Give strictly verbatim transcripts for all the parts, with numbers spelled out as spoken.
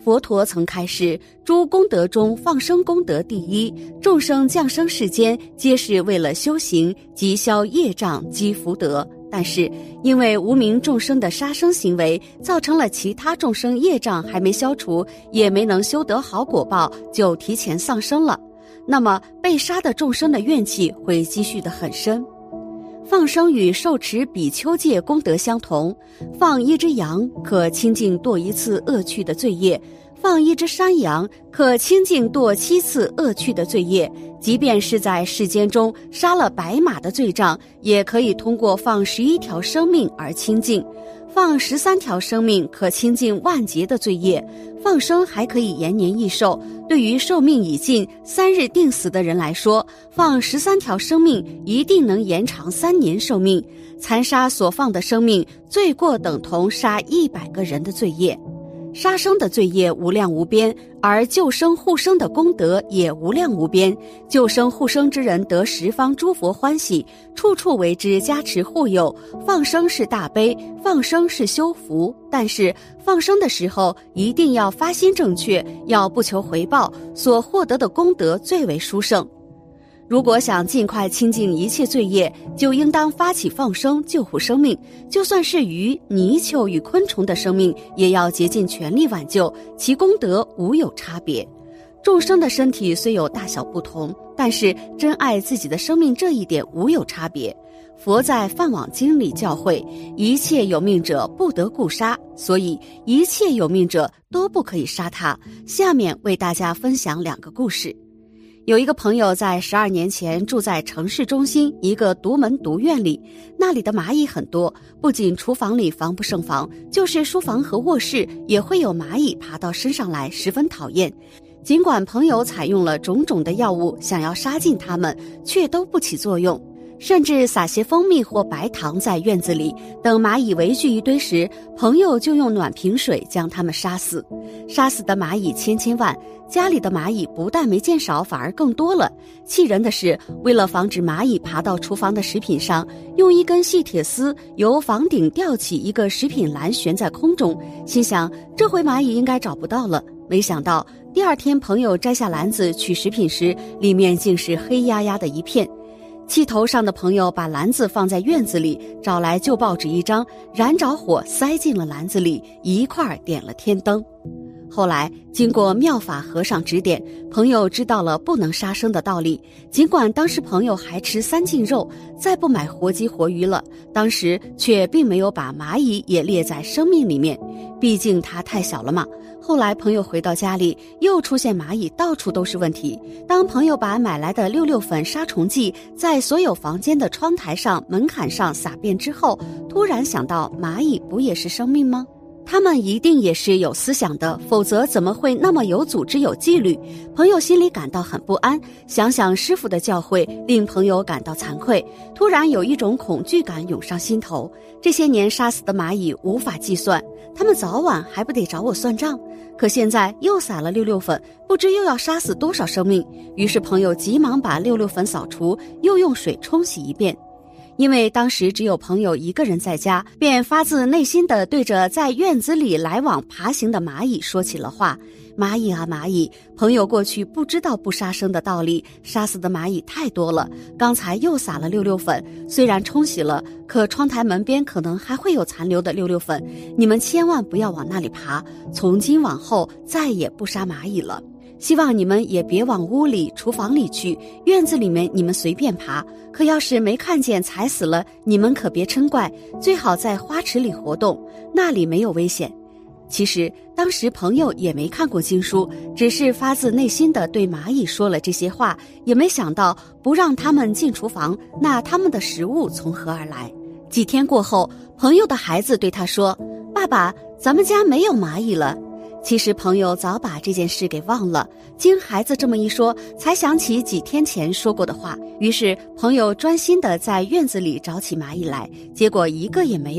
佛陀曾开示，诸功德中放生功德第一，众生降生世间皆是为了修行及消业障积福德，但是因为无名众生的杀生行为，造成了其他众生业障还没消除，也没能修得好果报，就提前丧生了。那么被杀的众生的怨气会积蓄得很深。放生与受持比丘戒功德相同，放一只羊可清净堕一次恶趣的罪业，放一只山羊可清净堕七次恶趣的罪业，即便是在世间中杀了白马的罪障，也可以通过放十一条生命而清净。放十三条生命可清净万劫的罪业，放生还可以延年益寿。对于寿命已尽、三日定死的人来说，放十三条生命一定能延长三年寿命。残杀所放的生命，罪过等同杀一百个人的罪业。杀生的罪业无量无边，而救生护生的功德也无量无边。救生护生之人得十方诸佛欢喜，处处为之加持护佑。放生是大悲，放生是修福，但是放生的时候一定要发心正确，要不求回报，所获得的功德最为殊胜。如果想尽快清净一切罪业，就应当发起放生，救护生命。就算是鱼、泥鳅与昆虫的生命，也要竭尽全力挽救，其功德无有差别。众生的身体虽有大小不同，但是珍爱自己的生命这一点无有差别。佛在《梵网经》里教诲，一切有命者不得故杀，所以一切有命者都不可以杀他。下面为大家分享两个故事。有一个朋友在十二年前住在城市中心一个独门独院里，那里的蚂蚁很多，不仅厨房里防不胜防，就是书房和卧室也会有蚂蚁爬到身上来，十分讨厌。尽管朋友采用了种种的药物想要杀尽它们，却都不起作用，甚至撒些蜂蜜或白糖在院子里，等蚂蚁围聚一堆时，朋友就用暖瓶水将它们杀死。杀死的蚂蚁千千万，家里的蚂蚁不但没减少，反而更多了。气人的是，为了防止蚂蚁爬到厨房的食品上，用一根细铁丝由房顶吊起一个食品篮悬在空中，心想这回蚂蚁应该找不到了。没想到第二天朋友摘下篮子取食品时，里面竟是黑压压的一片。气头上的朋友把篮子放在院子里，找来旧报纸一张，燃着火塞进了篮子里，一块点了天灯。后来经过妙法和尚指点，朋友知道了不能杀生的道理。尽管当时朋友还吃三净肉，再不买活鸡活鱼了，当时却并没有把蚂蚁也列在生命里面，毕竟它太小了嘛。后来朋友回到家里，又出现蚂蚁，到处都是问题。当朋友把买来的六六粉杀虫剂在所有房间的窗台上、门槛上撒遍之后，突然想到蚂蚁不也是生命吗？他们一定也是有思想的，否则怎么会那么有组织有纪律？朋友心里感到很不安，想想师父的教诲，令朋友感到惭愧。突然有一种恐惧感涌上心头，这些年杀死的蚂蚁无法计算，他们早晚还不得找我算账？可现在又撒了六六粉，不知又要杀死多少生命。于是朋友急忙把六六粉扫除，又用水冲洗一遍。因为当时只有朋友一个人在家，便发自内心地对着在院子里来往爬行的蚂蚁说起了话。蚂蚁啊蚂蚁，朋友过去不知道不杀生的道理，杀死的蚂蚁太多了，刚才又撒了六六粉，虽然冲洗了，可窗台门边可能还会有残留的六六粉，你们千万不要往那里爬，从今往后再也不杀蚂蚁了。希望你们也别往屋里、厨房里去，院子里面你们随便爬，可要是没看见踩死了，你们可别嗔怪，最好在花池里活动，那里没有危险。其实当时朋友也没看过经书，只是发自内心地对蚂蚁说了这些话，也没想到不让他们进厨房，那他们的食物从何而来？几天过后，朋友的孩子对他说：爸爸，咱们家没有蚂蚁了。其实朋友早把这件事给忘了，经孩子这么一说，才想起几天前说过的话。于是朋友专心地在院子里找起蚂蚁来，结果一个也没有。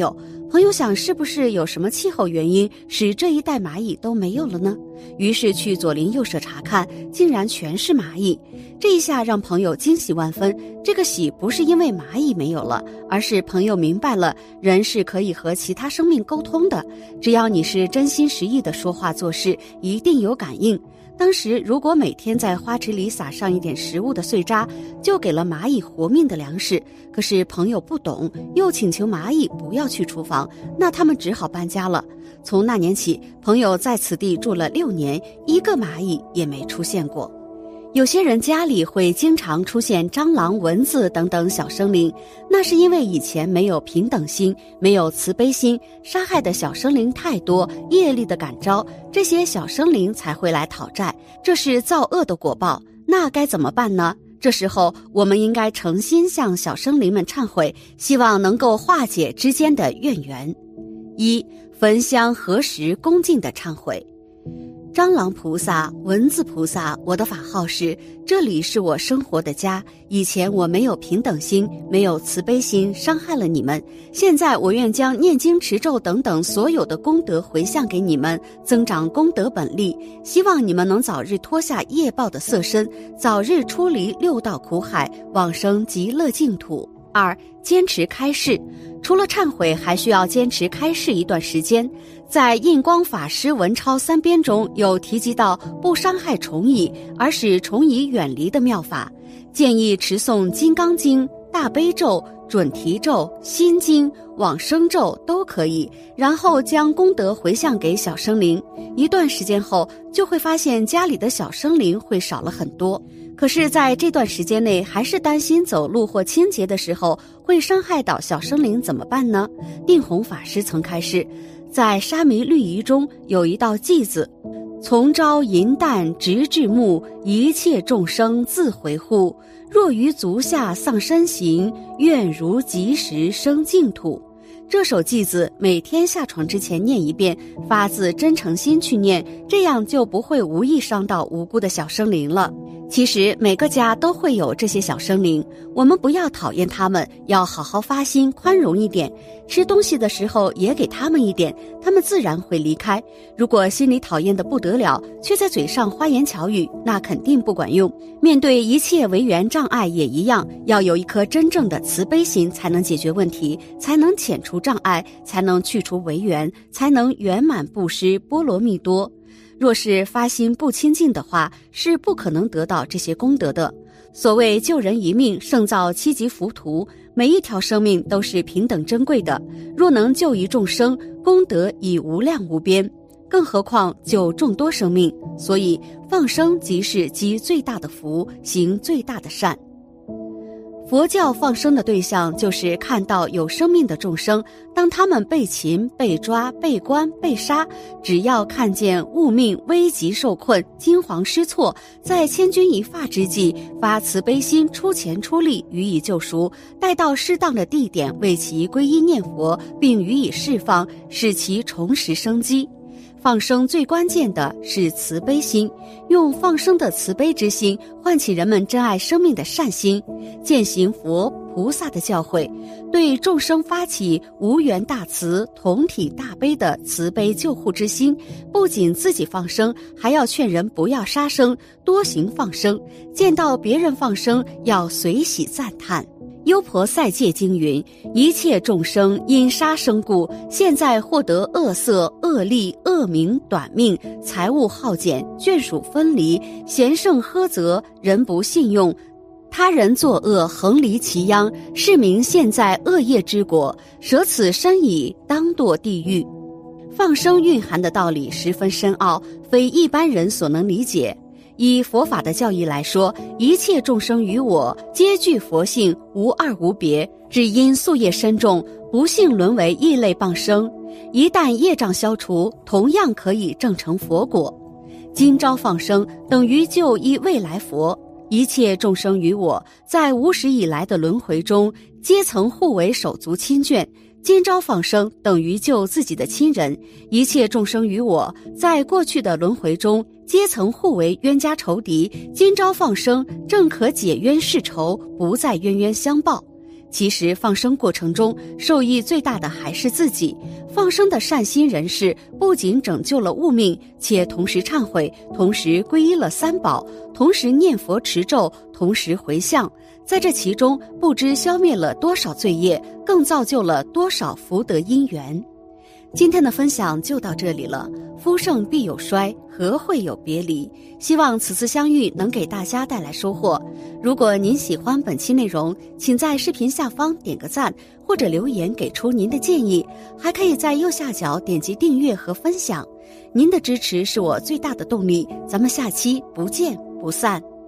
朋友想，是不是有什么气候原因使这一带蚂蚁都没有了呢？于是去左邻右舍查看，竟然全是蚂蚁。这一下让朋友惊喜万分。这个喜不是因为蚂蚁没有了，而是朋友明白了人是可以和其他生命沟通的，只要你是真心实意的说话做事，一定有感应。当时如果每天在花池里撒上一点食物的碎渣，就给了蚂蚁活命的粮食。可是朋友不懂，又请求蚂蚁不要去厨房，那他们只好搬家了。从那年起，朋友在此地住了六年，一个蚂蚁也没出现过。有些人家里会经常出现蟑螂、蚊子等等小生灵，那是因为以前没有平等心，没有慈悲心，杀害的小生灵太多，业力的感召，这些小生灵才会来讨债，这是造恶的果报。那该怎么办呢？这时候我们应该诚心向小生灵们忏悔，希望能够化解之间的怨缘。一、焚香合十恭敬的忏悔。蟑螂菩萨、蚊子菩萨，我的法号是，这里是我生活的家。以前我没有平等心，没有慈悲心，伤害了你们。现在我愿将念经持咒等等所有的功德回向给你们，增长功德本力，希望你们能早日脱下业报的色身，早日出离六道苦海，往生极乐净土。二、坚持开示。除了忏悔，还需要坚持开示一段时间。在印光法师文钞三编中有提及到不伤害虫蚁，而使虫蚁远离的妙法，建议持诵金刚经、大悲咒、准提咒、心经、往生咒都可以，然后将功德回向给小生灵。一段时间后，就会发现家里的小生灵会少了很多。可是在这段时间内，还是担心走路或清洁的时候会伤害到小生灵，怎么办呢？定弘法师曾开示，在沙弥律仪中有一道偈子，从朝银旦直至暮，一切众生自回护，若于足下丧身形，愿如及时生净土。这首偈子每天下床之前念一遍，发自真诚心去念，这样就不会无意伤到无辜的小生灵了。其实每个家都会有这些小生灵，我们不要讨厌他们，要好好发心，宽容一点。吃东西的时候也给他们一点，他们自然会离开。如果心里讨厌得不得了，却在嘴上花言巧语，那肯定不管用。面对一切违缘障碍也一样，要有一颗真正的慈悲心，才能解决问题，才能遣除障碍，才能去除违缘，才能圆满布施波罗蜜多。若是发心不清净的话，是不可能得到这些功德的。所谓救人一命胜造七级浮屠，每一条生命都是平等珍贵的，若能救一众生，功德已无量无边，更何况救众多生命。所以放生即是积最大的福，行最大的善。佛教放生的对象就是看到有生命的众生，当他们被擒、被抓、被关、被杀，只要看见物命危急受困、惊惶失措，在千钧一发之际发慈悲心，出钱出力予以救赎，带到适当的地点为其皈依念佛，并予以释放，使其重拾生机。放生最关键的是慈悲心，用放生的慈悲之心唤起人们珍爱生命的善心，践行佛菩萨的教诲，对众生发起无缘大慈、同体大悲的慈悲救护之心。不仅自己放生，还要劝人不要杀生，多行放生，见到别人放生要随喜赞叹。优婆塞戒经云，一切众生因杀生故，现在获得恶色、恶利、恶名、短命、财物耗减、眷属分离、贤圣呵责，人不信用，他人作恶横离其殃，是名现在恶业之果，舍此身已，当堕地狱。放生蕴含的道理十分深奥，非一般人所能理解。以佛法的教义来说，一切众生与我皆具佛性，无二无别，只因宿业深重，不幸沦为异类傍生。一旦业障消除，同样可以证成佛果。今朝放生等于救一未来佛，一切众生与我在无始以来的轮回中皆曾互为手足亲眷，今朝放生等于救自己的亲人。一切众生与我在过去的轮回中皆曾互为冤家仇敌，今朝放生正可解冤释仇，不再冤冤相报。 其实放生过程中受益最大的还是自己。放生的善心人士不仅拯救了物命，且同时忏悔，同时皈依了三宝，同时念佛持咒，同时回向。在这其中，不知消灭了多少罪业，更造就了多少福德因缘。今天的分享就到这里了。夫盛必有衰，何会有别离？希望此次相遇能给大家带来收获。如果您喜欢本期内容，请在视频下方点个赞，或者留言给出您的建议，还可以在右下角点击订阅和分享。您的支持是我最大的动力，咱们下期不见不散。